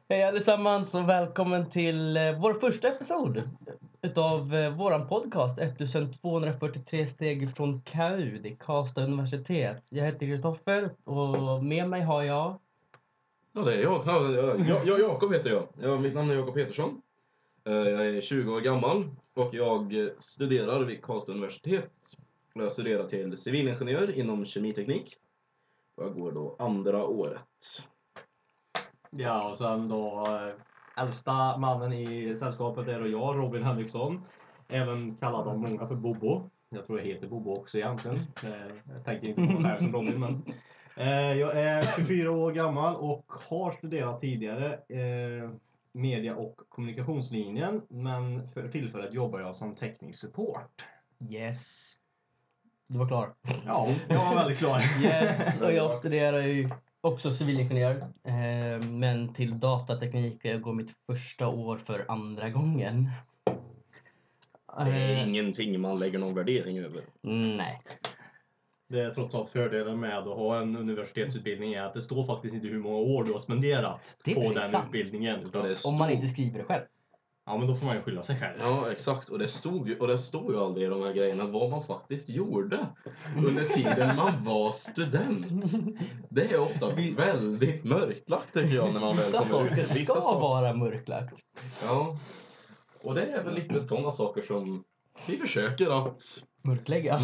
Hej allesammans och välkommen till vår första episod utav våran podcast 1243 steg från KU, det är Karlstad universitet. Jag heter Kristoffer och med mig har jag... Ja, det är jag. Jakob heter jag. Mitt namn är Jakob Petersson. Jag är 20 år gammal och jag studerar vid Karlstad universitet. Jag studerar till civilingenjör inom kemiteknik. Och jag går då andra året. Ja, och sen då äldsta mannen i sällskapet är då jag, Robin Henriksson. Även kallad av många för Bobo. Jag tror jag heter Bobo också egentligen. Jag tänker inte på det här som Robin, men... Jag är 24 år gammal och har studerat tidigare media- och kommunikationslinjen. Men för tillfället jobbar jag som teknisk support. Yes. Du var klar. Ja, jag var väldigt klar. Yes, och jag studerar ju också civilingenjör. Men till datateknik. Jag går mitt första år för andra gången. Det är ingenting man lägger någon värdering över. Nej. Det är trots allt fördelen med att ha en universitetsutbildning är att det står faktiskt inte hur många år du har spenderat på den sant. utbildningen. Utan Om man inte skriver det själv. ja, men då får man ju skylla sig själv. Ja, exakt. Och det stod ju aldrig i de här grejerna vad man faktiskt gjorde under tiden man var student. Det är ofta väldigt mörklagt tycker jag när man väl Vissa kommer saker ut. Vissa ska vara mörklagt. Ja. Och det är väl lite sådana saker som vi försöker att Mörklägga.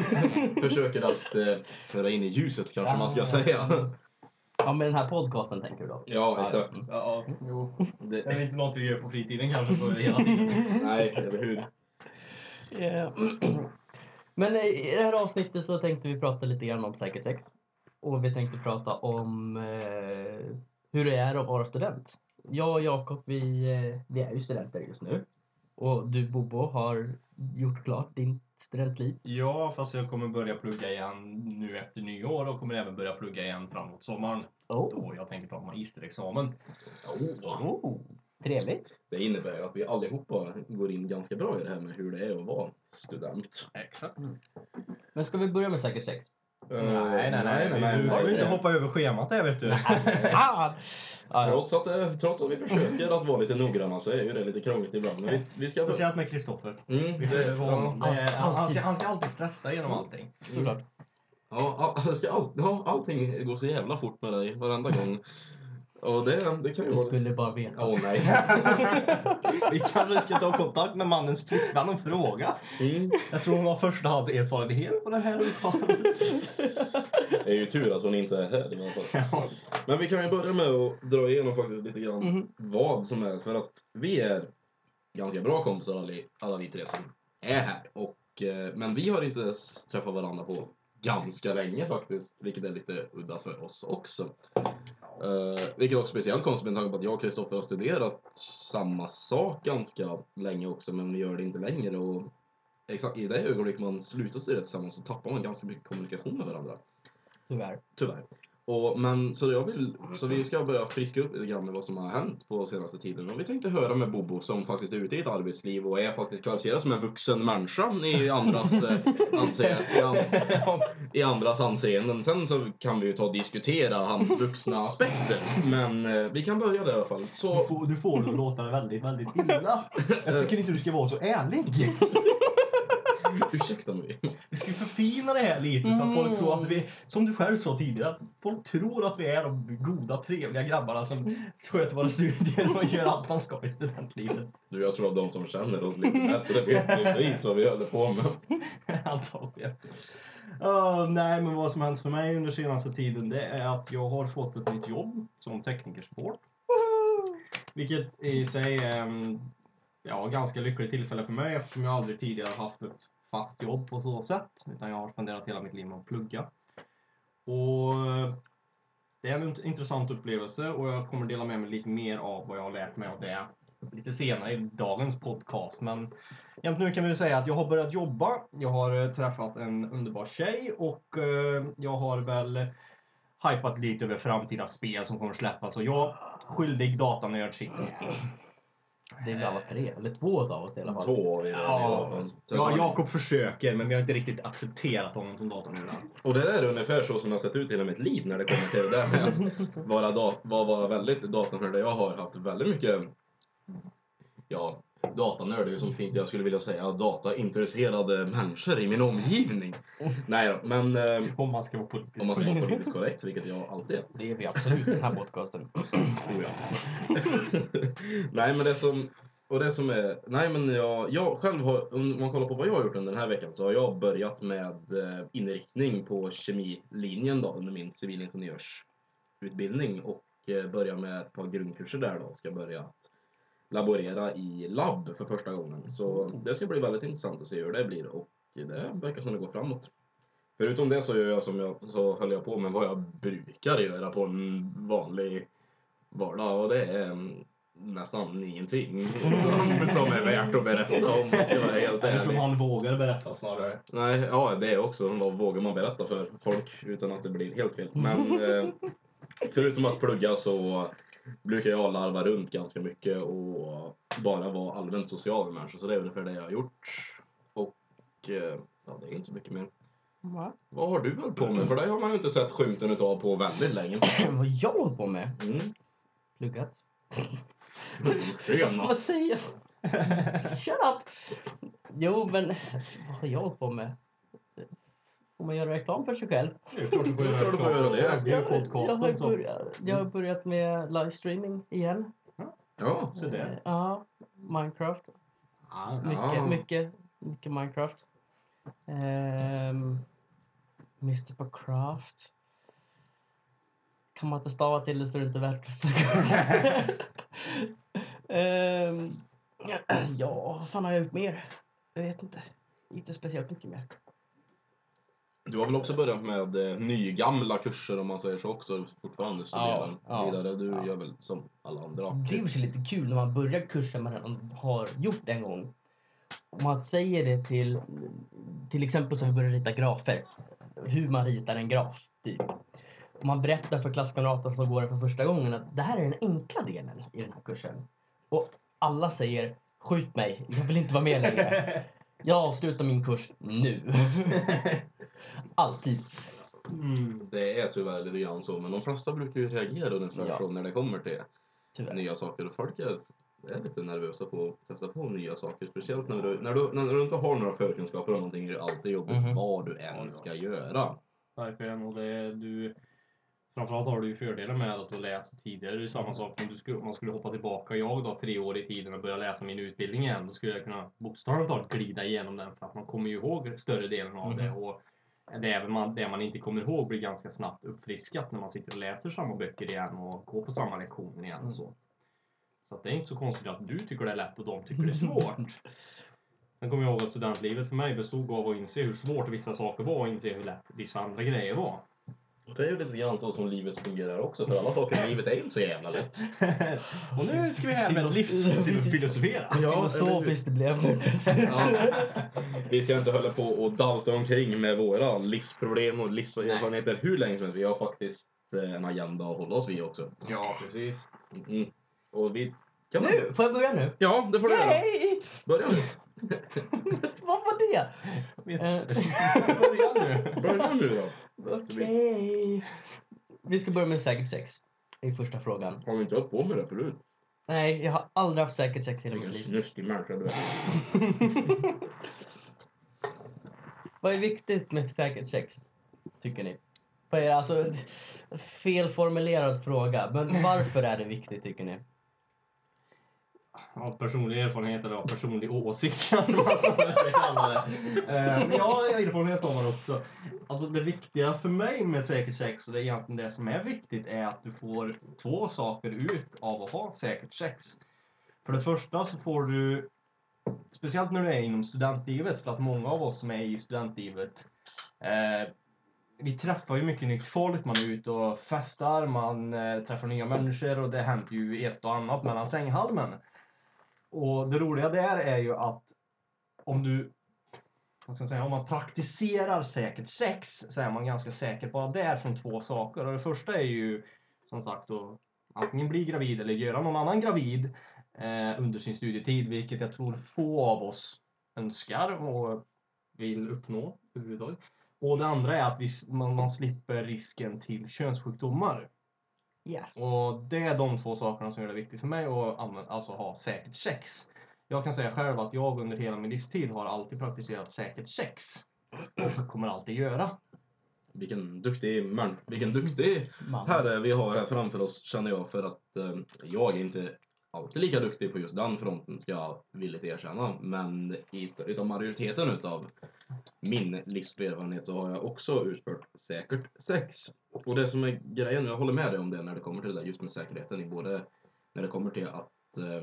föra in i ljuset kanske man ska säga. Ja, med den här podcasten tänker du då? Ja, exakt. Ja, jo. Det Det är inte något vi gör på fritiden kanske för hela tiden. Nej, eller hur? Yeah. Men i det här avsnittet så tänkte vi prata lite grann om säkert sex. Och vi tänkte prata om hur det är att vara student. Jag och Jakob, vi är ju studenter just nu. Och du Bobo har gjort klart din studentliv. Ja, fast jag kommer börja plugga igen nu efter nyår och kommer även börja plugga igen framåt sommaren. Då jag tänker ta magisterexamen. Trevligt. Det innebär ju att vi allihopa går in ganska bra i det här med hur det är att vara student. Exakt. Men ska vi börja med säkert sex? Nej. Du får inte hoppa över schemat här, vet du. Trots att vi försöker att vara lite noggranna så är ju det lite krångligt ibland. Men vi ska... Speciellt med Kristoffer. Han ska alltid stressa genom allting. Såklart. Ja, allting går så jävla fort med dig varenda gång. Och det kan ju Du vara... skulle bara veta. Nej. Vi kanske ska ta kontakt med mannens flickvän och fråga. Jag tror hon har förstahandserfarenhet på den här uttalandet. Det är ju tur att hon inte är här i alla fall. Ja. Men vi kan ju börja med att dra igenom faktiskt lite grann vad som är. För att vi är ganska bra kompisar alla vi tre som är här. Men vi har inte träffat varandra på ganska länge faktiskt. Vilket är lite udda för oss också. Vilket också speciellt konstigt med tanke på att jag och Kristoffer har studerat samma sak ganska länge också. Men vi gör det inte längre. Och exakt i det ögonblick man slutar studera tillsammans så tappar man ganska mycket kommunikation med varandra. Tyvärr. Så vi ska börja friska upp lite grann med vad som har hänt på senaste tiden. Och vi tänkte höra med Bobo som faktiskt är ute i ett arbetsliv och är faktiskt kvalificerad som en vuxen människa i andras anseenden. Sen så kan vi ju ta och diskutera hans vuxna aspekter. Men vi kan börja där i alla fall. Så... Du får det låta väldigt, väldigt illa. Jag tycker inte du ska vara så ärlig. Ursäkta mig. Vi ska förfina det här lite så att folk tror att vi, som du själv sa tidigare, att folk tror att vi är de goda, trevliga grabbarna som sköter våra studier och gör allt man ska i studentlivet. Jag tror att de som känner oss lite bättre vet precis vad vi håller på med. Antagligen. Nej, men vad som hänt för mig under senaste tiden det är att jag har fått ett nytt jobb som teknikersupport. Vilket i sig är ganska lyckligt tillfälle för mig eftersom jag aldrig tidigare haft ett fast jobb på så sätt. Utan jag har spenderat hela mitt liv med att plugga. Och det är en intressant upplevelse och jag kommer dela med mig lite mer av vad jag har lärt mig av det lite senare i dagens podcast. Men jämt nu kan vi säga att jag har börjat jobba. Jag har träffat en underbar tjej och jag har väl hypat lite över framtida spel som kommer att släppas. Och jag skyldig datanörd sitter här. Det är väl alla 3, eller 2 av oss i alla fall. 2 av er i alla fall. Ja, Jakob försöker, men vi har inte riktigt accepterat honom som datornörd. Och det där är ungefär så som det har sett ut i hela mitt liv när det kommer till det där med att vara väldigt datanörd. Jag har haft väldigt mycket, ja, datanörd är ju som fint jag skulle vilja säga, dataintresserade människor i min omgivning. Nej då, men Om man ska vara politiskt korrekt, vilket jag alltid är. Det är vi absolut i den här podcasten. Oh, ja. Nej, men jag själv har, om man kollar på vad jag har gjort under den här veckan, så har jag börjat med inriktning på kemilinjen då under min civilingenjörsutbildning och börjar med ett par grundkurser där då, ska börja att laborera i labb för första gången. Så det ska bli väldigt intressant att se hur det blir och det verkar som det går framåt. Förutom det så gör jag så höll jag på med vad jag brukar göra på en vanlig vardag och det är nästan ingenting som är värt att berätta om. Eller som han vågar berätta snarare. Nej, ja det är också. Vad vågar man berätta för folk utan att det blir helt fel. Men förutom att plugga så brukar jag larva runt ganska mycket och bara vara allmänt social med människor. Så det är ungefär det jag har gjort. Och ja, det är inte så mycket mer. Vad har du hållit på med? För det har man ju inte sett skymten utav på väldigt länge. Vad jag har hållit på med? Pluggat. Vad ska man säga? Shut up! Jo, men vad har jag hållit på med? Får man göra reklam för sig själv? Det är klart du får göra det. Jag har börjat med livestreaming igen. Ja, så det. Ja, Minecraft. Mycket Minecraft. Mr. på Craft. Kan man inte stava till det så är det inte värt att söka. Ja, vad fan har jag gjort mer? Jag vet inte speciellt mycket mer. Du har väl också börjat med nygamla kurser om man säger så också fortfarande studerar vidare. Du gör väl som alla andra. Det är ju lite kul när man börjar kurser man redan har gjort en gång. Om man säger det till exempel så vi börjar rita grafer. Hur man ritar en graf, typ. Om man berättar för klasskamrater som går det för första gången att det här är den enkla delen i den här kursen. Och alla säger, skjut mig, jag vill inte vara med längre. Jag avslutar min kurs nu. Alltid. Det är tyvärr lite grann så, men de flesta brukar ju reagera ungefär så när det kommer till nya saker. Och folk är lite nervösa på att testa på nya saker. Speciellt när du inte har några förkunskaper om någonting är det alltid jobbigt vad du än ska göra. Verkligen, och framförallt har du ju fördelar med att du läst tidigare. Det är samma sak om man skulle hoppa tillbaka 3 år i tiden och börja läsa min utbildning igen. Då skulle jag kunna bokstavligt talat glida igenom den för att man kommer ju ihåg större delen av det. Och det man inte kommer ihåg blir ganska snabbt uppfriskat när man sitter och läser samma böcker igen och går på samma lektioner igen och så. Så att det är inte så konstigt att du tycker det är lätt och de tycker det är svårt. Sen kommer jag ihåg att studentlivet för mig bestod av att inse hur svårt vissa saker var och inse hur lätt vissa andra grejer var. Och det är ju lite grann så som livet fungerar också, för alla saker i livet är inte så jävla lätt. Och nu ska vi här med livsfilosofera. Ja, så visst det blev. Vi ska inte hålla på och dalta omkring med våra livsproblem och livserfarenheter hur länge som helst. Vi har faktiskt en agenda att hålla oss vid också. Ja, precis. Och vi kan får jag börja nu? Ja, det får du göra. Börja nu. Vad var det? Börja nu då. Okej. Vi ska börja med säkert sex. I första frågan. Har vi inte hållit på med det förut? Nej, jag har aldrig haft säkert sex i hela mitt liv. Snustig människa du är. Vad är viktigt med säkert sex? Tycker ni? Alltså, felformulerad fråga. Men varför är det viktigt tycker ni? Av personlig erfarenhet eller av personlig åsikt kan man säga. Men jag har erfarenhet av det också. Alltså det viktiga för mig med säkert sex, och det är egentligen det som är viktigt, är att du får 2 saker ut av att ha säkert sex. För det första så får du, speciellt när du är inom studentlivet, för att många av oss som är i studentlivet, vi träffar ju mycket nytt folk, man är ute och festar, man träffar nya människor och det händer ju ett och annat mellan sänghalmen. Och det roliga där är ju att om man praktiserar säkert sex så är man ganska säker bara där från 2 saker. Och det första är ju som sagt att antingen bli gravid eller göra någon annan gravid. under sin studietid, vilket jag tror få av oss önskar och vill uppnå överhuvudtaget. Och det andra är att man slipper risken till könssjukdomar. Yes. Och det är de två sakerna som gör det viktigt för mig att alltså ha säkert sex. Jag kan säga själv att jag under hela min livstid har alltid praktiserat säkert sex. Och kommer alltid göra. Vilken duktig herre vi har här framför oss, känner jag, för att jag är inte alltid lika duktig på just den fronten, ska jag villigt erkänna. Men utav majoriteten utav min livserfarenhet så har jag också utfört säkert sex. Och det som är grejen, jag håller med dig om det när det kommer till det där just med säkerheten i både när det kommer till att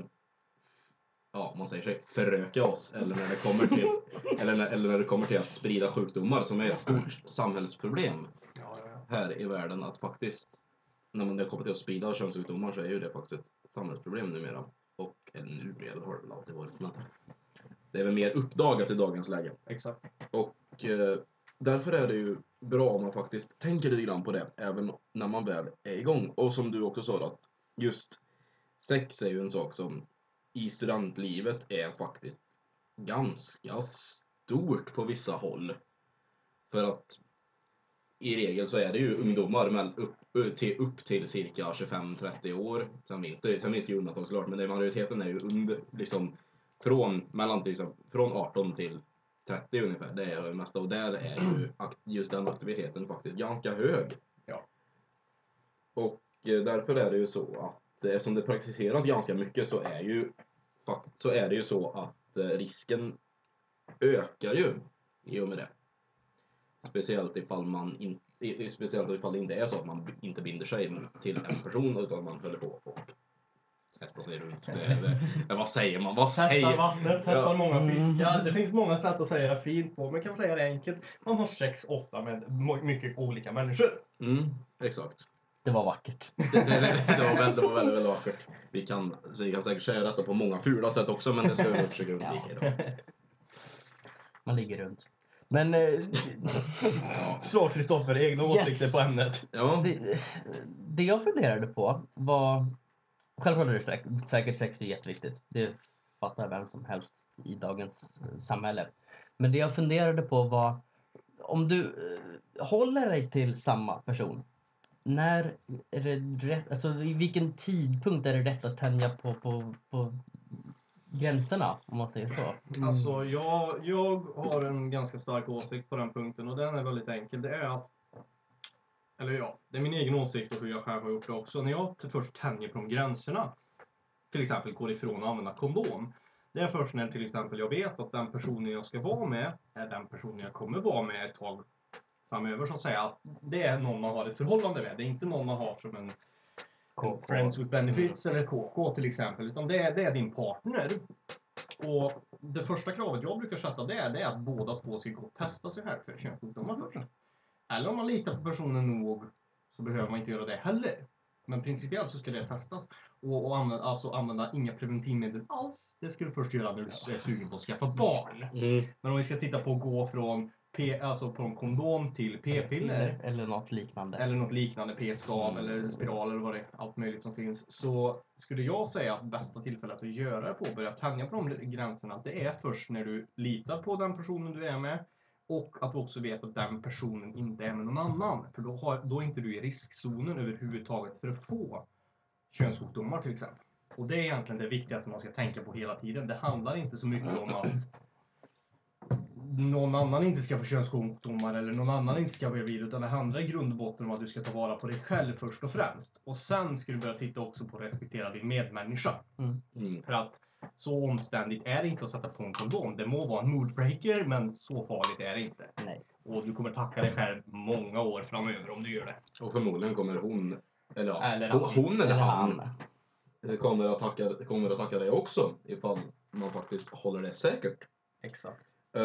man säger sig föröka oss, eller när det kommer till eller när det kommer till att sprida sjukdomar som är ett stort samhällsproblem här i världen. Att faktiskt när det kommer till att sprida könssjukdomar så är ju det faktiskt ett samhällsproblem numera. Och nu har det väl alltid varit, men det är väl mer uppdagat i dagens läge. Exakt. Och därför är det ju bra om man faktiskt tänker lite grann på det även när man väl är igång. Och som du också sa, att just sex är ju en sak som i studentlivet är faktiskt ganska stort på vissa håll. För att i regel så är det ju ungdomar men upp till cirka 25-30 år. Sen finns det ju undantag såklart, men majoriteten är ju under, liksom, från 18 till 30 ungefär. Det är det mesta, och där är ju just den aktiviteten faktiskt ganska hög. Ja. Och därför är det ju så att eftersom det praktiseras ganska mycket så är det ju så att risken ökar ju i och med det. Speciellt ifall det inte är så att man inte binder sig till en person utan man håller på och testar sig runt. Vad säger man? Testar vattnet, testar många fiskar. Det finns många sätt att säga det fint på, men kan säga det enkelt. Man har sex ofta med mycket olika människor. Exakt. Det var vackert. Det var väldigt vackert. Vi kan säkert säga detta på många fula sätt också, men det ska vi försöka undvika idag. Man ligger runt. Men slå Kristoffer egna åsikter på ämnet. Ja. Det jag funderade på var, självklart är det säkert sex är jätteviktigt. Det fattar vem som helst i dagens samhälle. Men det jag funderade på var, om du håller dig till samma person, när är det rätt, alltså i vilken tidpunkt är det rätt att tänja på gränserna, om man säger så? Alltså jag har en ganska stark åsikt på den punkten, och den är väldigt enkel. Det är att, det är min egen åsikt och hur jag själv har gjort det också. När jag först tänjer på de gränserna, till exempel går ifrån att använda kondom, det är först när till exempel jag vet att den personen jag ska vara med är den personen jag kommer vara med ett tag framöver, så att säga. Att det är någon man har ett förhållande med. Det är inte någon man har som en Friends with Benefits eller KK till exempel, utan det är din partner. Och det första kravet jag brukar sätta det är att båda två ska gå och testa sig här för könssjukdomar först. Eller om man litar på personen nog så behöver man inte göra det heller. Men principiellt så ska det testas. Och använda inga preventivmedel alls. Det ska du först göra när du är sugen på att skaffa barn. Men om vi ska titta på att gå från från kondom till p-piller. Eller något liknande. Eller något liknande, p-stav eller spiral eller vad det är. Allt möjligt som finns. Så skulle jag säga att bästa tillfället att göra det på, börja tänja på de gränserna, det är först när du litar på den personen du är med. Och att du också vet att den personen inte är med någon annan. För då är inte du i riskzonen överhuvudtaget för att få könssjukdomar till exempel. Och det är egentligen det viktigaste man ska tänka på hela tiden. Det handlar inte så mycket om att någon annan inte ska få könssjukdomar eller någon annan inte ska bli vid, utan det handlar i grund och botten om att du ska ta vara på dig själv först och främst. Och sen ska du börja titta också på att respektera din medmänniska. För att så omständigt är det inte att sätta på en kondom. Det må vara en moodbreaker, men så farligt är det inte. Nej. Och du kommer tacka dig själv många år framöver om du gör det. Och förmodligen kommer hon eller han kommer att tacka dig också ifall man faktiskt håller det säkert. Exakt.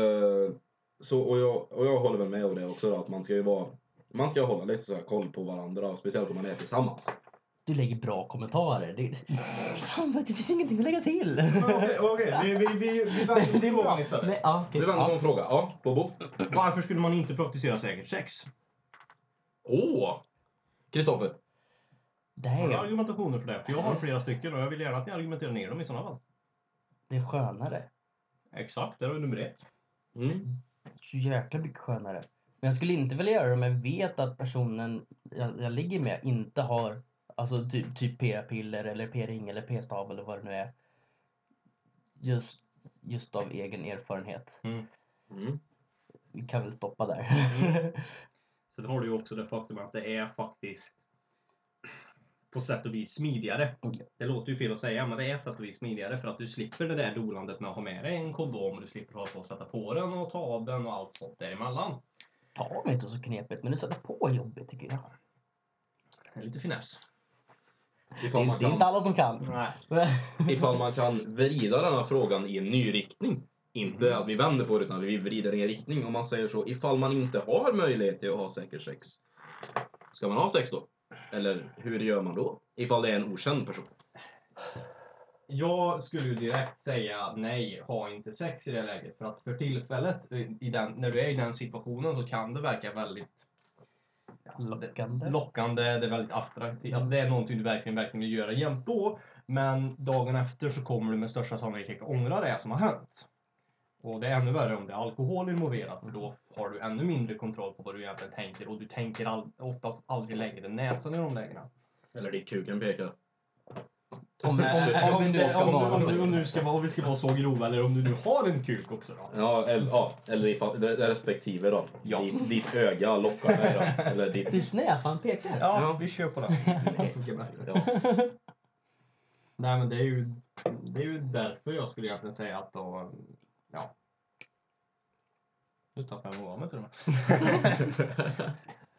Och jag håller väl med om det också då, att man ska hålla lite så här koll på varandra, speciellt om man är tillsammans. Du lägger bra kommentarer. Fan, det finns ingenting att lägga till. Okej. Vi vänder på frågan istället. Vi vänder på en fråga. Ja, Bobo. Varför skulle man inte praktisera säkert sex? Kristoffer. Har du argumentationer för det? För jag har flera stycken och jag vill gärna att ni argumenterar ner dem i sådana fall. Det är skönare. Exakt, det är nummer 1. Så jäkla mycket skönare. Men jag skulle inte vilja göra det om jag vet att personen jag ligger med inte har alltså typ p-piller eller p-ring eller p-stav eller vad det nu är. Just av egen erfarenhet. Vi kan väl stoppa där. Sen har du ju också det faktum att det är faktiskt på sätt och vis smidigare. Det låter ju fel att säga, men det är sätt och vis smidigare för att du slipper det där dolandet med att ha med dig en kondom och du slipper ha på att sätta på den och ta av den och allt sånt däremellan. Ta mig inte så knepigt, men du sätter på jobbet tycker jag. Det är lite finess. Det är inte alla som kan. Nej. Ifall man kan vrida den här frågan i en ny riktning. Inte att vi vänder på det utan vi vrider den i en riktning. Om man säger så, ifall man inte har möjlighet till att ha säker sex. Ska man ha sex då? Eller hur gör man då? Ifall det är en okänd person. Jag skulle ju direkt säga nej, ha inte sex i det läget. För att för tillfället, när du är i den situationen så kan det verka väldigt lockande, det är väldigt attraktivt. Alltså det är någonting du verkligen vill göra jämt då. Men dagen efter så kommer du med största sannolikhet ångra det som har hänt. Och det är ännu värre om det är alkohol involverat. För då har du ännu mindre kontroll på vad du egentligen tänker. Och du tänker oftast aldrig längre näsan i de lägena. Eller ditt kuken pekar. Om vi ska vara så grova, eller om du nu har en kuk också då. Eller ifall, det respektive då. Ja. Ditt öga lockar dig då. Eller ditt... Tills näsan pekar. Ja, vi kör på det. Nej, men det är ju därför jag skulle egentligen säga att då, ja. Nu tappar jag av mig till och med.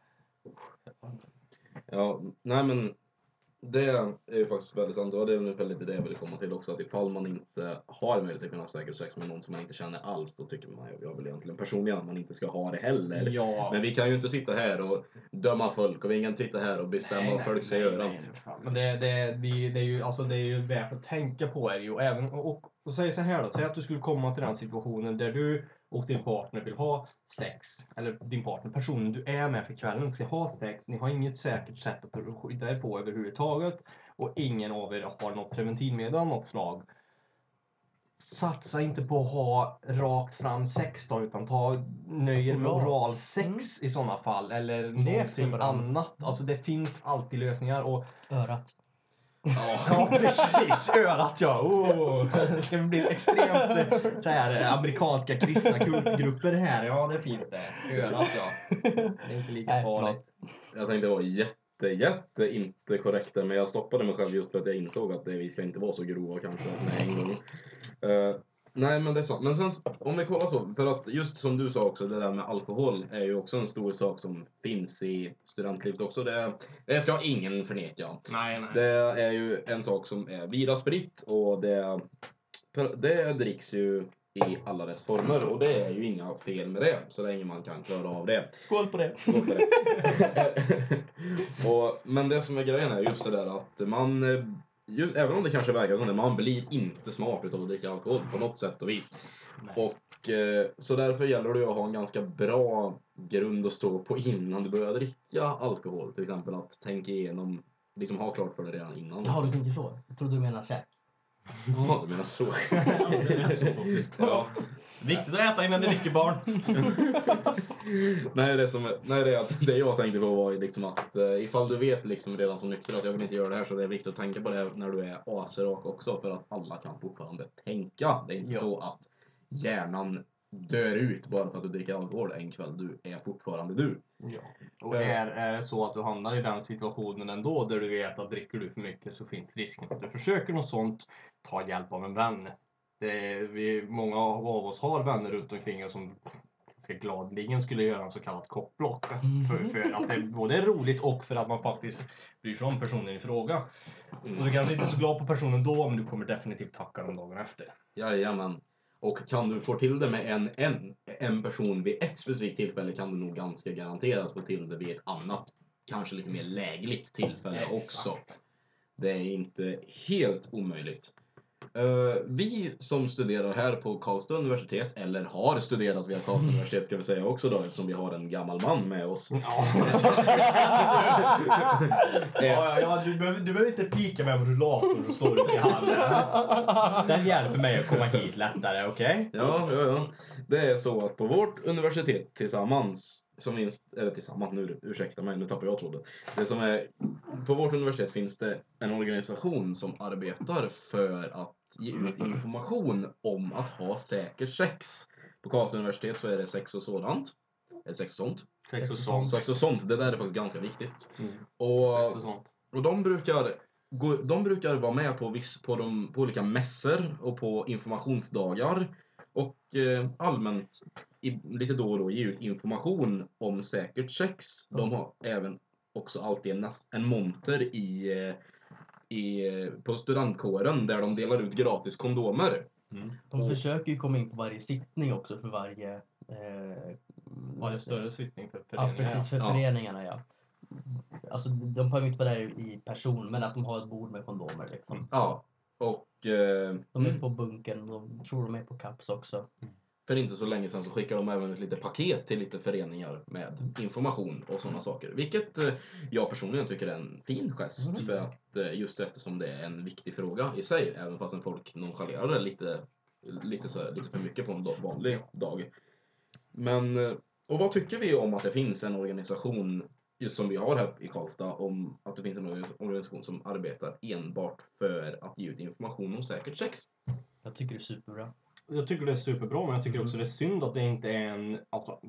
Ja, nej men det är ju faktiskt väldigt sant. Och det är ungefär lite det jag vill komma till också. Att ifall man inte har möjlighet att kunna ha säker sex med någon som man inte känner alls, då tycker man, jag vill egentligen personligen att man inte ska ha det heller. Ja. Men vi kan ju inte sitta här och döma folk och vi kan inte sitta här och bestämma vad folk ska göra. Men det är ju värt att tänka på är ju. Och säg så här då, säg att du skulle komma till den situationen där du och din partner vill ha sex, eller din partner, personen du är med för kvällen ska ha sex, ni har inget säkert sätt att skydda er på överhuvudtaget och ingen av er har något preventivmedel av något slag. Satsa inte på att ha rakt fram sex då, utan nöj er med oralsex i sådana fall, eller någonting annat. Alltså det finns alltid lösningar. Och örat. Ja, precis. Örat, ja. Det ska bli extremt så här, amerikanska kristna kultgrupper här. Ja, det är fint det. Örat, ja. Det är inte lika farligt. Jag tänkte vara jätte inte korrekt där, men jag stoppade mig själv just för att jag insåg att vi ska inte vara så grova kanske med en gång. Nej, men det är så. Men sen om vi kollar så, för att just som du sa också, det där med alkohol är ju också en stor sak som finns i studentlivet också. Det ska ingen förneka. Nej. Det är ju en sak som är vida spritt och det dricks ju i alla dess former och det är ju inga fel med det så länge man kan klara av det. Skål på det. Skål på det. Men det som är grejen är just det där att man även om det kanske verkar som det, man blir inte smart utav att dricka alkohol på något sätt och vis. Nej. Och så därför gäller det att ha en ganska bra grund att stå på innan du börjar dricka alkohol. Till exempel att tänka igenom, liksom ha klart för det redan innan. Ja, du tänker så. Jag tror du menar käk. Ja, du menar så. Ja. Viktigt att äta innan du dricker barn. Det jag tänkte på var liksom att ifall du vet liksom redan som nykter att jag vill inte göra det här, så det är viktigt att tänka på det när du är asrak också, för att alla kan fortfarande tänka. Det är inte så att hjärnan dör ut bara för att du dricker alkohol en kväll. Du är fortfarande du. Ja. Och är det så att du hamnar i den situationen ändå där du vet att dricker du för mycket så finns risken att du försöker något sånt, ta hjälp av en vän. Många av oss har vänner runt omkring oss som gladligen skulle göra en så kallat kopplock. För att det både är roligt och för att man faktiskt bryr sig om personen i fråga. Och du kanske inte är så glad på personen då, men du kommer definitivt tacka dem dagen efter. Jajamän. Och kan du få till det med en person vid ett specifikt tillfälle, kan du nog ganska garanterat få till det vid ett annat, kanske lite mer lägligt tillfälle också. Det är inte helt omöjligt. Vi som studerar här på Karlstad universitet, eller har studerat via Karlstad universitet ska vi säga också då, eftersom vi har en gammal man med oss. Du behöver inte pika med en rullator och stå ute i hallen. Den hjälper mig att komma hit lättare, okej? Ja. Det är så att på vårt universitet tillsammans, ursäkta mig, nu tappar jag tråden. På vårt universitet finns det en organisation som arbetar för att ge ut information om att ha säkert sex. På Karlstad universitet så är det sex och sådant. Sex och sånt. Det där är faktiskt ganska viktigt. Och de brukar vara med på olika mässor och på informationsdagar. Och allmänt lite då och då ge ut information om säkert sex. De har även också alltid en monter på studentkåren där de delar ut gratis kondomer. De försöker ju komma in på varje sittning också för varje... Varje större sittning för föreningarna. Ja, precis, för föreningarna, ja. Alltså, de behöver inte vara där i person, men att de har ett bord med kondomer liksom. Ja, och... de är på bunkern, de tror de är på Caps också. För inte så länge sedan så skickar de även ett litet paket till lite föreningar med information och sådana saker. Vilket jag personligen tycker är en fin gest för att just eftersom det är en viktig fråga i sig, även fast folk nonchalerar det lite för mycket på en vanlig dag. Men, och vad tycker vi om att det finns en organisation, just som vi har här i Karlstad, om att det finns en organisation som arbetar enbart för att ge ut information om säkert sex? Jag tycker det är superbra. Jag tycker det är superbra, men jag tycker också det är synd att det inte är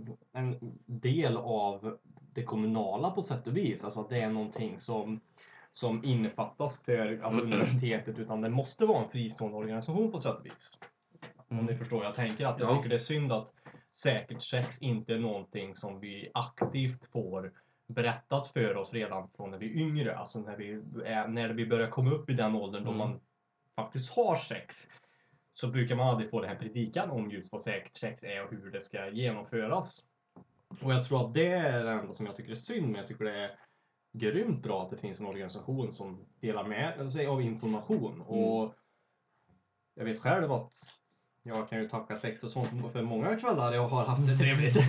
en del av det kommunala på sätt och vis. Alltså att det är någonting som innefattas för universitetet, utan det måste vara en fristående organisation på sätt och vis. Om ni förstår, jag tänker att jag tycker det är synd att säkert sex inte är någonting som vi aktivt får berättat för oss redan från när vi är yngre. Alltså när vi börjar komma upp i den åldern då man faktiskt har sex. Så brukar man aldrig få den här predikan om just vad säkert sex är och hur det ska genomföras. Och jag tror att det är det enda som jag tycker är synd, men jag tycker det är grymt bra att det finns en organisation som delar med sig av information. Och jag vet själv att jag kan ju tacka sex och sånt för många kvällar jag har haft det trevligt.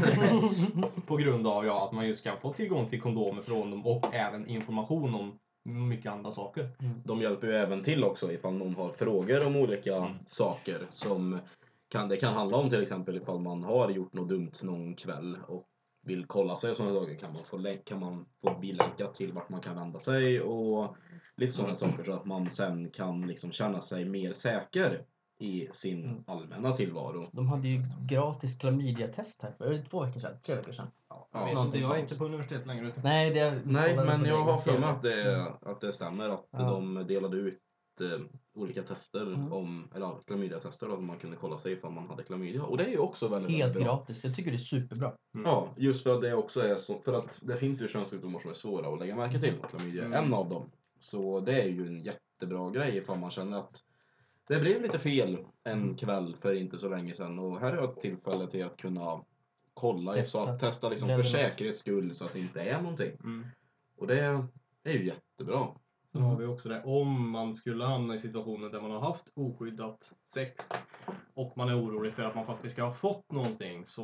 På grund av att man just kan få tillgång till kondomer från dem och även information om mycket andra saker. De hjälper ju även till också ifall någon har frågor om olika saker som det kan handla om, till exempel ifall man har gjort något dumt någon kväll och vill kolla sig och sådana saker, kan man få bilänkat till vart man kan vända sig och lite sådana saker, så att man sen kan liksom känna sig mer säker i sin allmänna tillvaro. De hade ju gratis klamydia-test här för 2 veckor sedan, 3 veckor sedan. Jag är inte på universitet längre. Nej, men jag har för mig att det stämmer att de delade ut olika tester eller klamydia-tester, att man kunde kolla sig ifall man hade klamydia. Och det är ju också väldigt helt bra. gratis. Jag tycker det är superbra. Ja, just för att det också är så, för att det finns ju könssjukdomar som är svåra att lägga märke till, och klamydia är en av dem. Så det är ju en jättebra grej ifall man känner att det blev lite fel en kväll för inte så länge sedan, och här är ett tillfälle till att kunna kolla, testa liksom för säkerhets skull, så att det inte är någonting. Och det är ju jättebra. Sen har vi också det, om man skulle hamna i situationen där man har haft oskyddat sex och man är orolig för att man faktiskt ska ha fått någonting, så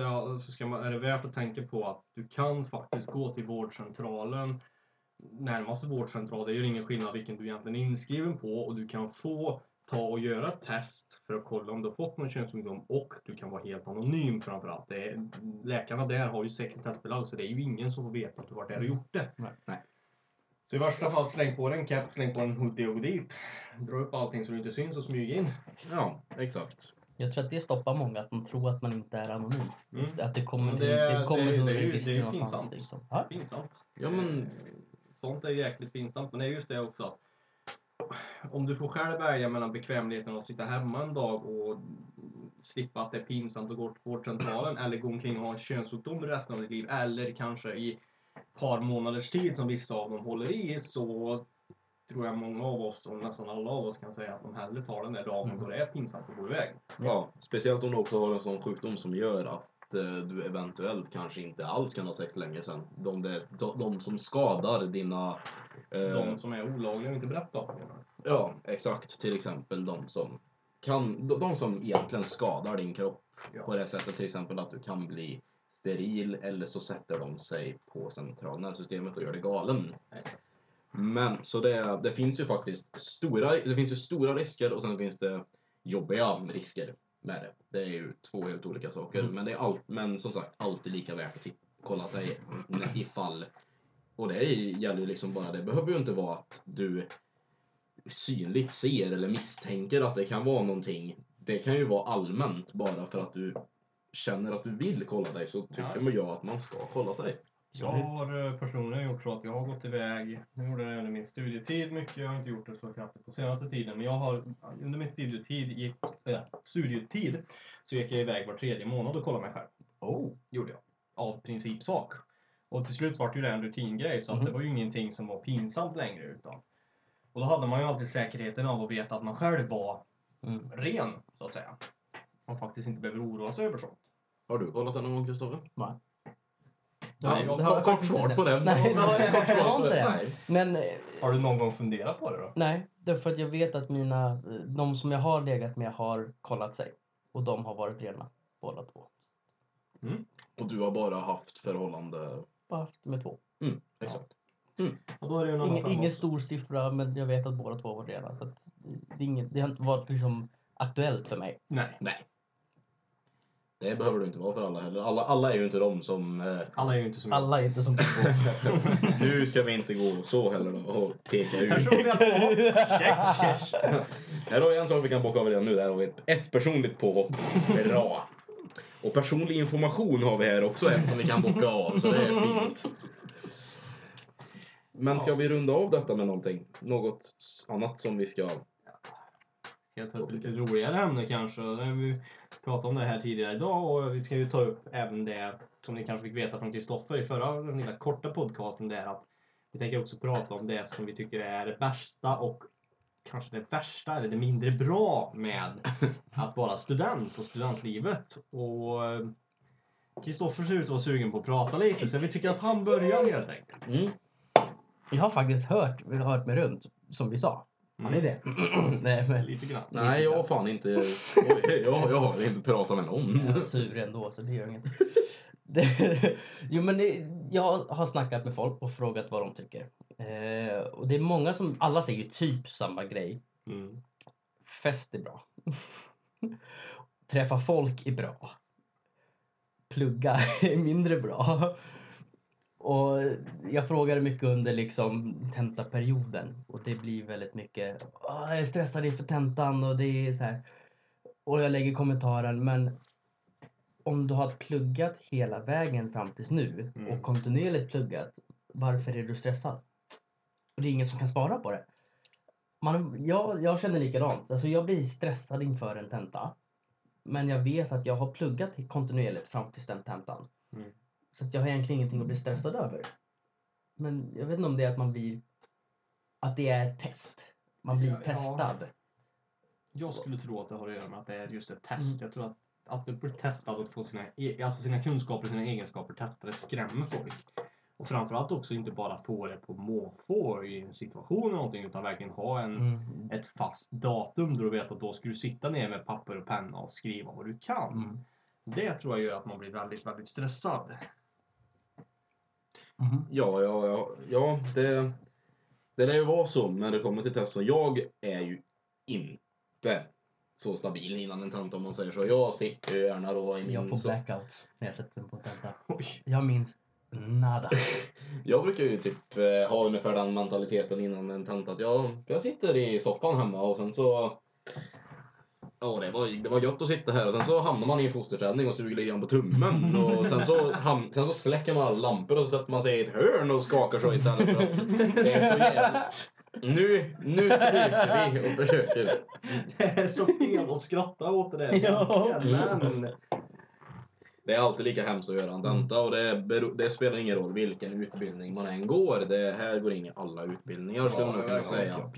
är det värt att tänka på att du kan faktiskt gå till vårdcentralen, närmaste vårdcentral. Det gör ingen skillnad vilken du egentligen är inskriven på, och du kan få ta och göra ett test för att kolla om du har fått någon könssjukdom, och du kan vara helt anonym framförallt. Läkarna där har ju sekretessbelagd, så det är ju ingen som får veta att du varit där och gjort det. Nej. Så i värsta fall släng på en cap, släng på en hoodie och dit. Dra upp allting så det inte syns och smyg in. Ja, exakt. Jag tror att det stoppar många, att de tror att man inte är anonym. Att det kommer det är register någonstans. pinsamt. Liksom. Pinsamt. Ja, men sånt är jäkligt pinsamt, men det är just det också att om du får själv välja mellan bekvämligheten att sitta hemma en dag och slippa att det är pinsamt att gå till vårdcentralen, eller gå omkring och ha en könssjukdom resten av ditt liv, eller kanske i ett par månaders tid som vissa av dem håller i, så tror jag många av oss, och nästan alla av oss, kan säga att de hellre tar den där dagen då det är pinsamt att gå iväg. Ja, speciellt om du också har en sån sjukdom som gör att du eventuellt kanske inte alls kan ha sex länge sedan. De som skadar dina... De som är olagliga och inte berättar. Ja, exakt. Till exempel de som egentligen skadar din kropp på det sättet. Till exempel att du kan bli steril eller så sätter de sig på centralnervsystemet och gör det galen. Men så det finns ju faktiskt stora risker och sen finns det jobbiga risker med det. Det är ju två helt olika saker. Men det är men som sagt alltid lika värt att kolla sig ifall. Och det gäller ju liksom bara, det behöver ju inte vara att du synligt ser eller misstänker att det kan vara någonting. Det kan ju vara allmänt bara för att du känner att du vill kolla dig, så tycker man ju att man ska kolla sig. Jag har personligen gjort så att jag har gått iväg, nu gjorde jag under min studietid mycket, jag har inte gjort det så kraftigt på senaste tiden, men jag har under min studietid så gick jag iväg var 3:e månad och kollade mig själv. Gjorde jag. Av principsak. Och till slut var det ju en rutingrej, så att det var ju ingenting som var pinsamt längre, utan. Och då hade man ju alltid säkerheten av att veta att man själv var ren, så att säga. Man faktiskt inte behöver oroa sig över sånt. Har du kollat den någon gång, Kristoffer? Nej. Nej, kort svar på det. Nej, kort svar på det. Nej. Men, har du någon gång funderat på det då? Nej, därför att jag vet att de som jag har legat med har kollat sig. Och de har varit rena, båda två. Och du har bara haft förhållande? Bara haft med 2. Exakt. Och då är det ingen stor siffra, men jag vet att båda två var rena. Så att det har inte varit liksom aktuellt för mig. Nej. Det behöver du inte vara för alla heller. Alla är ju inte de som... Alla är ju inte som alla är inte som Nu ska vi inte gå så heller då och peka ut. Personliga påhopp. Här har vi en sak vi kan bocka av redan nu. Där har vi ett personligt påhopp. Bra. Och personlig information har vi här också, en som vi kan bocka av. Så det är fint. Men ska vi runda av detta med någonting? Något annat som vi ska... Jag tar upp lite roligare ämne kanske. Vi pratade om det här tidigare idag och vi ska ju ta upp även det som ni kanske fick veta från Kristoffer i den lilla korta podcasten, där att vi tänker också prata om det som vi tycker är det bästa och kanske det värsta eller det mindre bra med att vara student och studentlivet. Och Kristoffer ser ut att vara sugen på att prata lite, så vi tycker att han börjar helt enkelt. Jag har faktiskt hört mig runt, som vi sa. Har ni det? Nej, men lite grann. Nej, jag har fan inte... jag har inte pratat med någon. Jag är sur ändå, så det gör inget. Jag har snackat med folk och frågat vad de tycker. Och det är många som... Alla säger ju typ samma grej. Fest är bra. Träffa folk är bra. Plugga är mindre bra. Och jag frågade mycket under liksom tentaperioden, och det blir väldigt mycket jag är stressad inför tentan och det är så här. Och jag lägger kommentaren, men om du har pluggat hela vägen fram tills nu och kontinuerligt pluggat, varför är du stressad? Och det är ingen som kan svara på det. Jag känner likadant. Alltså jag blir stressad inför en tenta, men jag vet att jag har pluggat kontinuerligt fram till den tentan. Så att jag har egentligen ingenting att bli stressad över. Men jag vet inte om det är att det är ett test. Man blir testad. Jag skulle tro att det har att göra med att det är just ett test. Jag tror att du blir testad och få sina kunskaper och sina egenskaper testade skrämmer folk. Och framförallt också inte bara få det på måfå i en situation eller någonting, utan verkligen ha ett fast datum där du vet att då ska du sitta ner med papper och penna och skriva vad du kan. Det tror jag gör att man blir väldigt, väldigt stressad. Ja, det lär ju vara så när det kommer till test. Jag är ju inte så stabil innan en tenta, om man säger så. Jag sitter ju gärna då i min... Jag får blackouts när jag sätter den på tenta. Jag minns nada. Jag brukar ju typ ha ungefär den mentaliteten innan en tenta. Att jag sitter i soffan hemma och sen så... Ja, det var gött att sitta här, och sen så hamnar man i en fosterställning och suger lite grann på tummen, och sen så släcker man alla lampor och så sätter man sig i ett hörn och skakar så istället, för att det är så jävligt. Nu slutar vi och försöker. Det är så fel att skratta åt det. Ja. Men det är alltid lika hemskt att göra en tenta, och det spelar ingen roll vilken utbildning man än går. Det här går in i alla utbildningar, skulle man kunna säga.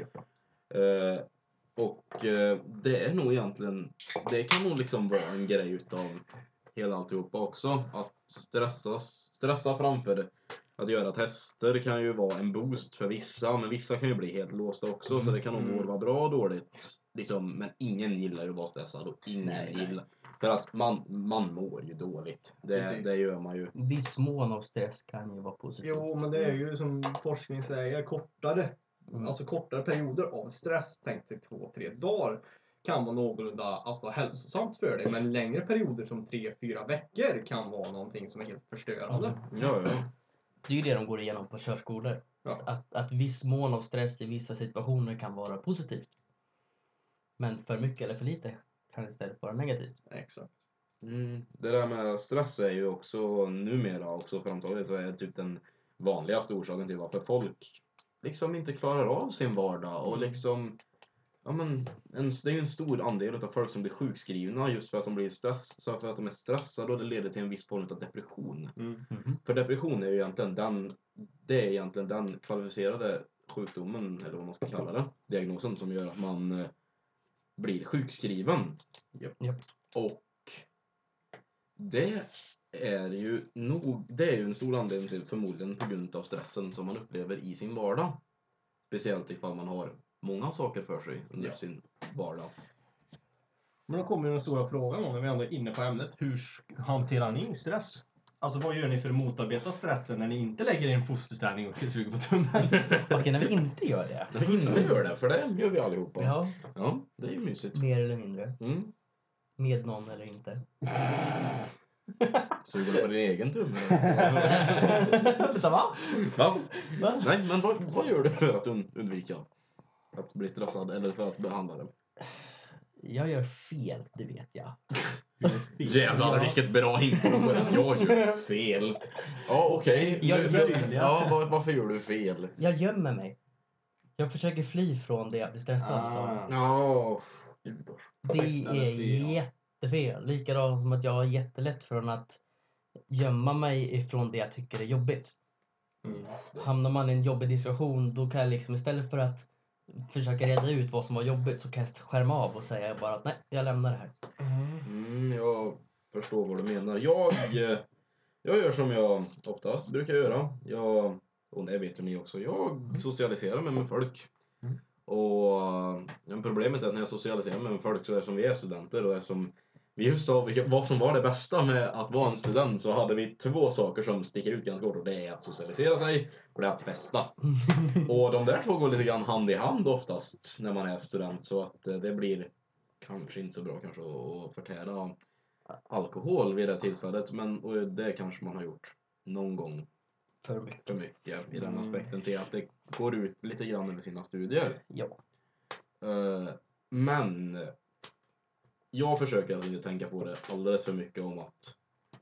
Och det är nog egentligen, det kan nog liksom vara en grej utav hela alltihopa också, att stressa framför att göra tester kan ju vara en boost för vissa, men vissa kan ju bli helt låsta också, så det kan nog vara bra och dåligt. Liksom, men ingen gillar ju att vara stressad och ingen gillar. För att man mår ju dåligt. Det gör man ju. Viss mån av stress kan ju vara positivt. Jo, men det är ju som forskning säger, kortare perioder av stress, tänk dig 2-3 dagar, kan vara någorlunda hälsosamt för dig. Men längre perioder som 3-4 veckor kan vara någonting som är helt förstörande. Ja. Det är ju det de går igenom på körskolor. Ja. Att viss mån av stress i vissa situationer kan vara positivt. Men för mycket eller för lite kan istället vara negativt. Exakt. Det där med stress är ju också numera också framtaget, så är typ den vanligaste orsaken till varför folk liksom inte klarar av sin vardag och liksom det är ju en stor andel av folk som blir sjukskrivna just för att de blir så för att de är stressade, och det leder till en viss form av depression. För depression är ju egentligen den kvalificerade sjukdomen, eller vad man ska kalla det, diagnosen, som gör att man blir sjukskriven. Japp. Och det är ju en stor anledning till, förmodligen på grund av stressen som man upplever i sin vardag. Speciellt ifall man har många saker för sig under sin vardag. Men då kommer den stora frågan om, när vi ändå är inne på ämnet, hur hanterar ni stress? Alltså vad gör ni för att motarbeta stressen när ni inte lägger er i en fosterställning och suger på tummen? Okej, när vi inte gör det. När vi inte gör det, för det gör vi allihopa. Ja, det är ju mysigt. mer eller mindre. Med någon eller inte. Suger du på din egen tumme? Va? Nej, men vad gör du för att undvika att bli stressad eller för att behandla det? Jag gör fel, det vet jag. Jävlar, vilket bra info. Jag gör fel. Ja, okej. Varför gör du fel? Jag gömmer mig. Jag försöker fly från det jag blir stressad av. Det är jättefel. Likadant som att jag har jättelätt från att gömma mig ifrån det jag tycker är jobbigt. Hamnar man i en jobbig diskussion, då kan jag liksom istället för att försöka reda ut vad som var jobbigt, så kan jag skärma av och säga bara att nej, jag lämnar det här. Jag förstår vad du menar. Jag gör som jag oftast brukar göra. Och det vet ju ni också. Jag socialiserar med folk. Och problemet är att när jag socialiserar med folk, så är som vi är studenter och är som vi just sa vad som var det bästa med att vara en student, så hade vi 2 saker som sticker ut ganska hårt, och det är att socialisera sig och det är att festa. Och de där 2 går lite grann hand i hand oftast när man är student, så att det blir kanske inte så bra kanske att förtära alkohol vid det tillfället, men och det kanske man har gjort någon gång för mycket i den aspekten till att det går ut lite grann över sina studier. Ja. Men jag försöker att inte tänka på det alldeles för mycket om att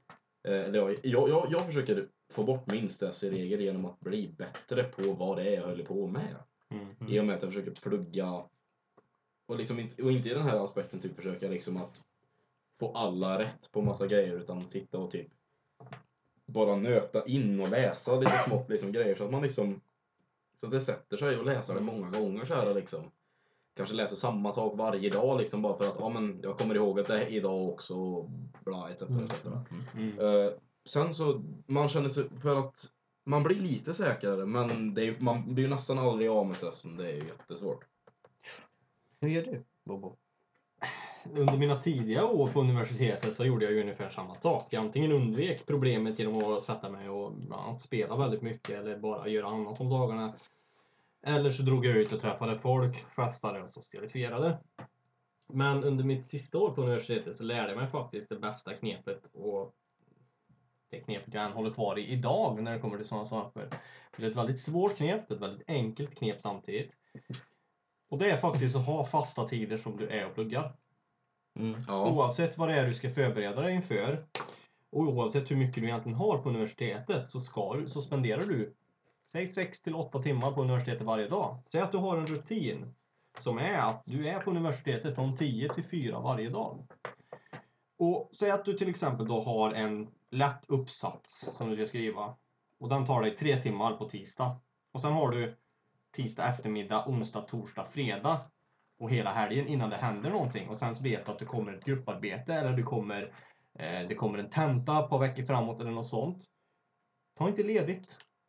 jag försöker få bort min stress i regel genom att bli bättre på vad det är jag håller på med. I och med att jag försöker plugga och liksom inte i den här aspekten typ försöka liksom att få alla rätt på massa grejer, utan sitta och typ bara nöta in och läsa lite smått liksom grejer, så att man liksom så att det sätter sig och läsa det många gånger så här liksom. Kanske läser samma sak varje dag liksom, bara för att jag kommer ihåg att det är idag också, bla etc. Sen så man känner sig, för att man blir lite säkrare, men man blir ju nästan aldrig av med stressen. Det är ju jättesvårt. Hur gör du, Bobo? Under mina tidiga år på universitetet så gjorde jag ju ungefär samma sak. Jag antingen undvek problemet genom att sätta mig och spela väldigt mycket eller bara göra annat om dagarna. Eller så drog jag ut och träffade folk, festade och socialiserade. Men under mitt sista år på universitetet så lärde jag mig faktiskt det bästa knepet, och det knepet jag än håller kvar i idag när det kommer till sådana saker. Det är ett väldigt svårt knep, ett väldigt enkelt knep samtidigt. Och det är faktiskt att ha fasta tider som du är och pluggar. Oavsett vad det är du ska förbereda dig inför, och oavsett hur mycket du egentligen har på universitetet, så spenderar du säg 6-8 timmar på universitetet varje dag. Säg att du har en rutin som är att du är på universitetet från 10 till 4 varje dag. Och säg att du till exempel då har en lätt uppsats som du ska skriva. Och den tar dig 3 timmar på tisdag. Och sen har du tisdag eftermiddag, onsdag, torsdag, fredag och hela helgen innan det händer någonting. Och sen så vet du att det kommer ett grupparbete eller det kommer en tenta på veckor framåt eller något sånt. Ta inte ledigt.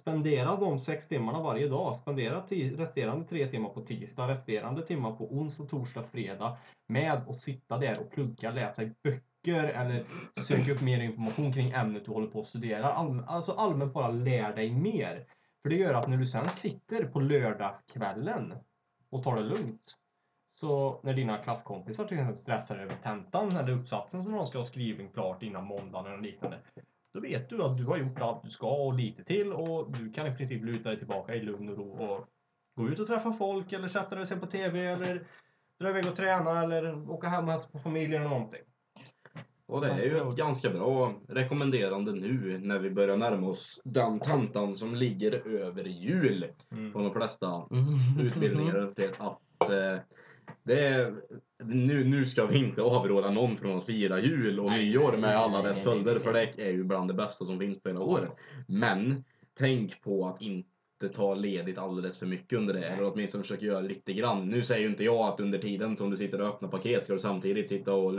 spendera de 6 timmarna varje dag. Spendera resterande 3 timmar på tisdag, resterande timmar på onsdag, torsdag, fredag med att sitta där och plugga, läsa i böcker eller söka upp mer information kring ämnet du håller på att studera. Alltså allmänt bara lär dig mer. För det gör att när du sen sitter på lördagskvällen och tar det lugnt, så när dina klasskompisar till exempel stressar över tentan eller uppsatsen som de ska ha skriven klart innan måndagen eller liknande, då vet du att du har gjort allt du ska och lite till, och du kan i princip luta dig tillbaka i lugn och ro och gå ut och träffa folk eller sätta dig och se på TV eller dra iväg och träna eller åka hem och hälsa på familjen eller någonting. Och det är ju ett ganska bra rekommenderande nu när vi börjar närma oss den tentan som ligger över jul på de flesta utbildningar. Att det är, nu ska vi inte avråda någon från att fira jul och nyår med alla dess följder, för det är ju bland det bästa som finns på hela året. Men tänk på att inte ta ledigt alldeles för mycket under det, eller åtminstone försöka göra lite grann. Nu säger ju inte jag att under tiden som du sitter och öppnar paket ska du samtidigt sitta och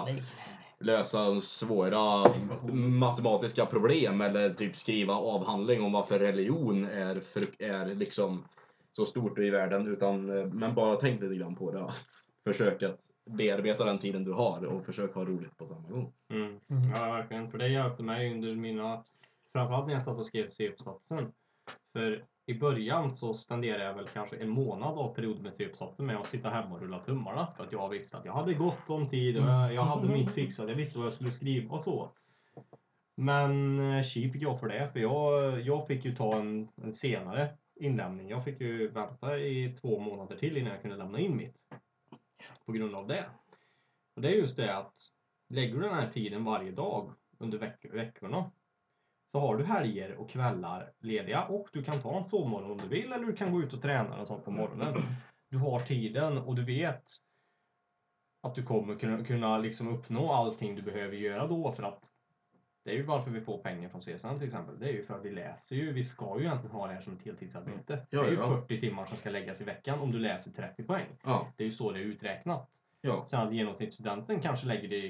lösa svåra matematiska problem eller typ skriva avhandling om varför religion är liksom så stort i världen, men bara tänk lite grann på det, att försöka bearbeta den tiden du har och försöka ha roligt på samma gång. Ja, verkligen, för det hjälpte mig under mina, framförallt när jag satt och skrev C-uppsatsen. För i början så spenderade jag väl kanske en månad av perioden med C-uppsatsen med att sitta hemma och rulla tummarna, för att jag visste att jag hade gott om tid och jag hade mitt fixat, jag visste vad jag skulle skriva och så. Men tji fick jag för det, för jag fick ju ta en senare inlämning. Jag fick ju vänta i 2 månader till innan jag kunde lämna in mitt. På grund av det. Och det är just det att lägger du den här tiden varje dag under veckorna, så har du helger och kvällar lediga och du kan ta en sovmorgon om du vill, eller du kan gå ut och träna och sånt på morgonen. Du har tiden och du vet att du kommer kunna liksom uppnå allting du behöver göra då, för att det är ju varför vi får pengar från CSN till exempel. Det är ju för att vi läser ju. Vi ska ju egentligen ha det här som ett heltidsarbete. Ja, det är ju 40 timmar som ska läggas i veckan om du läser 30 poäng. Ja. Det är ju så det är uträknat. Ja. Sen att genomsnittsstudenten kanske lägger det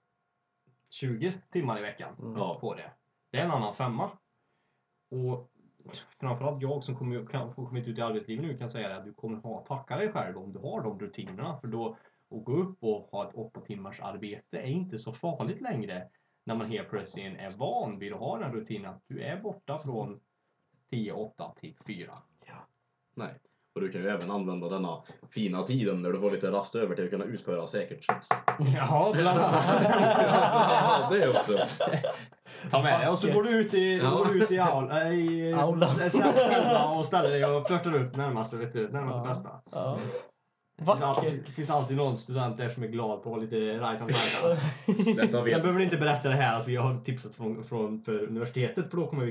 20 timmar i veckan på det. Det är en annan femma. Och framförallt jag som kommit ut i arbetslivet nu kan säga att du kommer tacka dig själv om du har de rutinerna. För då att gå upp och ha ett 8 timmars arbete är inte så farligt längre. När man helt plötsligt är van vid att ha den rutinen att du är borta från 10-8 till 4. Ja. Nej. Och du kan ju även använda denna fina tiden när du får lite rast över till att kunna utföra säkerhetssex. Ja, bland annat. Ja, det också. Ta med det och så går du ut i aulan och ställer dig och flörtar upp närmaste bästa. Ja. Det finns alltid någon student där som är glad på att ha lite right hand side. Sen behöver vi inte berätta det här att vi har tipsat för universitetet, för då kommer vi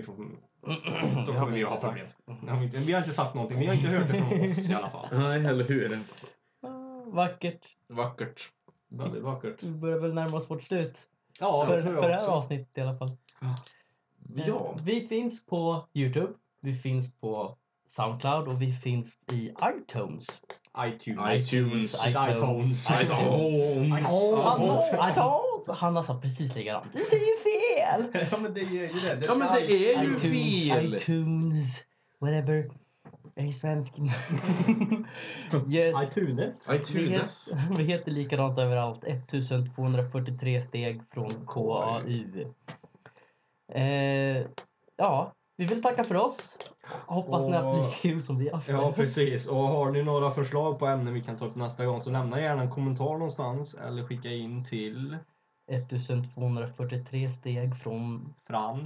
ha problem. Vi har inte sagt någonting, vi har inte hört det från oss i alla fall. Nej, eller hur? Vackert. Väldigt vackert. Vi börjar väl närma oss vårt slut. Ja, för det här avsnittet i alla fall. Ja. Vi finns på YouTube, vi finns på Soundcloud och vi finns i iTunes. Hanna sa precis likadant. Du säger ju fel! Ja, men det är ju det. Ja, men det är ju fel! iTunes, whatever. Är svensk. Yes. iTunes. Vi heter likadant överallt. 1243 steg från KAU. Ja, vi vill tacka för oss. Hoppas ni har haft lika kul som vi har haft. Ja, precis. Och har ni några förslag på ämnen vi kan ta upp nästa gång, så lämna gärna en kommentar någonstans eller skicka in till 1243 steg från Fran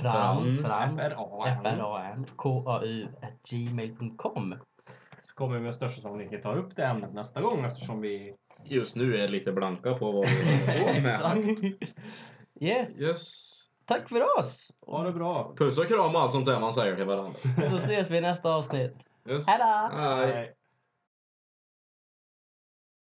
KAU@gmail.com. Så kommer vi med största sannolikhet ta upp det ämnet nästa gång, eftersom vi just nu är lite blanka på vad vi har med. Yes. Tack för oss. Ha det bra. Puss och kram och allt sånt där man säger till varandra. Så ses vi i nästa avsnitt. Yes. Hej då. Hej.